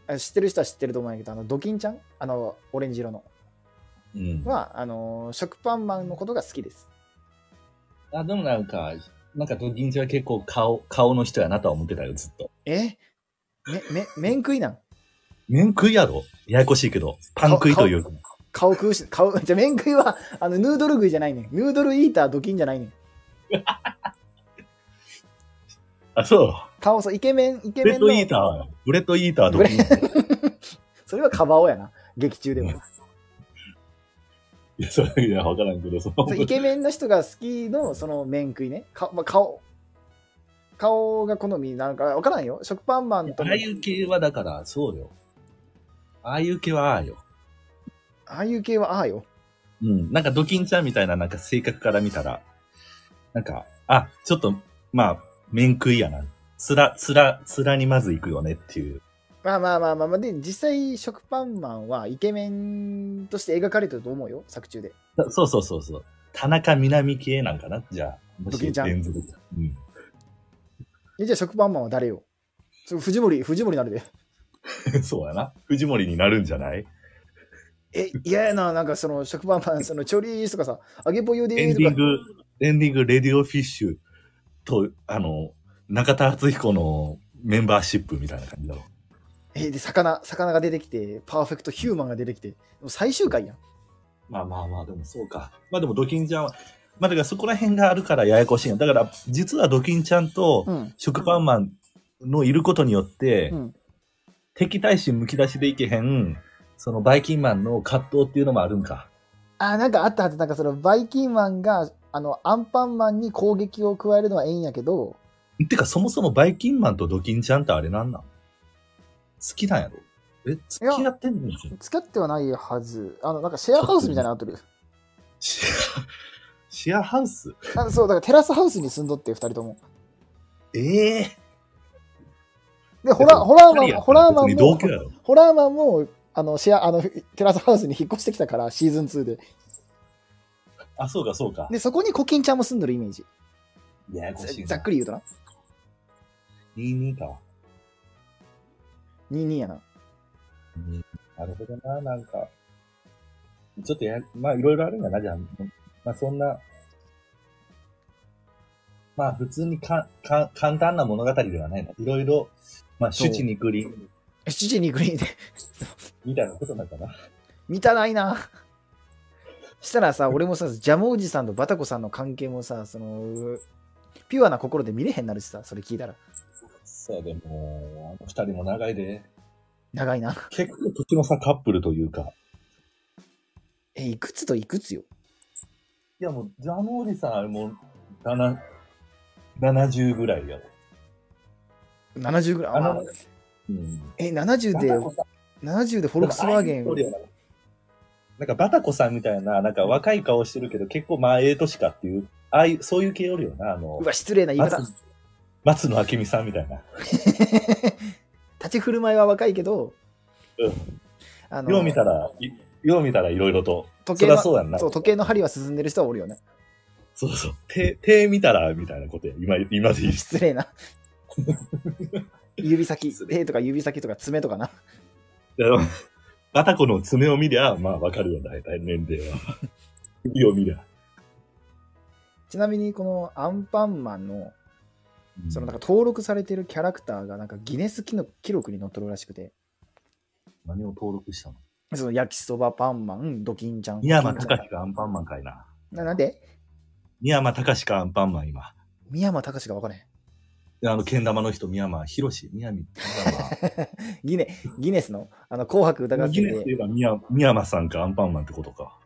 知ってる人は知ってると思うんやけど、ドキンちゃんオレンジ色の。 うん。 は、食パンマンのことが好きです。 あ、でもなんかドキンちゃんは結構顔の人やなとは思ってたよ、ずっと。 麺食いなん？ 麺食いやろ？ややこしいけど。パン食いというか。 顔食うし、じゃ麺食いは、ヌードル食いじゃないねん。ヌードルイータードキンじゃないねん。 あ、そう。 そう、イケメンの。ブレッドイータードキン。 それはカバオやな。劇中でも。 いや、わからんけど、 イケメンの人が好きの、その麺食いね。顔が好みなんかわからんよ。食パンマンと。 ああいう系はだから、そうよ。ああいう系はああよ。 ああいう系はああよ。 うん。なんかドキンちゃんみたいななんか性格から見たら、なんか、ちょっと、まあ、麺食いやな。つらにまず行くよねっていう。 まあ。で、実際、食パンマンはイケメンとして描かれてると思うよ、作中で。 そう。田中みな実系なんかなじゃあ。 ドキンちゃん。 うん。 じゃあ食パンマンは誰よ？藤森になるで。 そうやな。藤森になるんじゃない？ 嫌やな、なんかその食パンマン、チョリースとかさ、揚げぽよでーとか。エンディング、レディオフィッシュと、中田敦彦のメンバーシップみたいな感じだろ。 で、魚が出てきて、パーフェクトヒューマンが出てきて、最終回やん。 まあ、でもそうか。まあでもドキンちゃんは、だからそこら辺があるからややこしいんや。だから、実はドキンちゃんと食パンマンのいることによって、敵対心むき出しでいけへん、そのバイキンマンの葛藤っていうのもあるんか。 なんかあったはず。なんかそのバイキンマンが、アンパンマンに攻撃を加えるのはええんやけど。 てか、そもそもバイキンマンとドキンちゃんってあれなん好きなんやろ？付き合ってんの？ 付き合ってはないはず。なんかシェアハウスみたいなのあってる。 シェアハウス？ そう、だからテラスハウスに住んどって、二人とも。で、ホラーマンも、テラスハウスに引っ越してきたから、シーズン2で。 そうか。 で、そこにコキンちゃんも住んでるイメージ。 ややこしいな。 ざっくり言うとな。 22か。 22やな。 なるほどな、なんか。ちょっとまあ、いろいろあるんだな、じゃあ。まあ、そんな、まあ、普通に簡単な物語ではないな。いろいろ、まあ、七にグリーン。 七にグリーンで。 みたいなことなんかな。 見たないな。したらさ、俺もさ、ジャムおじさんとバタコさんの関係もさ、ピュアな心で見れへんなるしさ、それ聞いたら。 さあ、でも、二人も長いで。 長いな。 結構時の差カップルというか。 いくつといくつよ？ いやもう、ジャムおじさんはもう、70ぐらいやろ。 70ぐらい70でフォルクスワーゲン。 なんかバタコさんみたいな、なんか若い顔してるけど、結構まあ年かっていう、そういう系おるよな、 うわ、失礼な言い方。 松野明美さんみたいな。 立ち振る舞いは若いけど、 よう見たらいろいろと。 時計の針は進んでる人はおるよね。 そう。手見たら、みたいなことや。今でいい。 失礼な。指先、手とか指先とか爪とかな。 バタコの爪を見りゃ、まあわかるよ、大体年齢は。指を見りゃ。 ちなみに、このアンパンマンの、なんか登録されてるキャラクターがなんかギネス記録に載っとるらしくて。 何を登録したの？ その焼きそばパンマン、ドキンちゃん。 宮山隆がアンパンマンかいな。 なんで？ 宮山隆かアンパンマン今。 宮山隆が分からへん。 けん玉の人、宮山博士。ギネスの紅白歌合戦で。 ギネスって言えば宮山さんかアンパンマンってことか。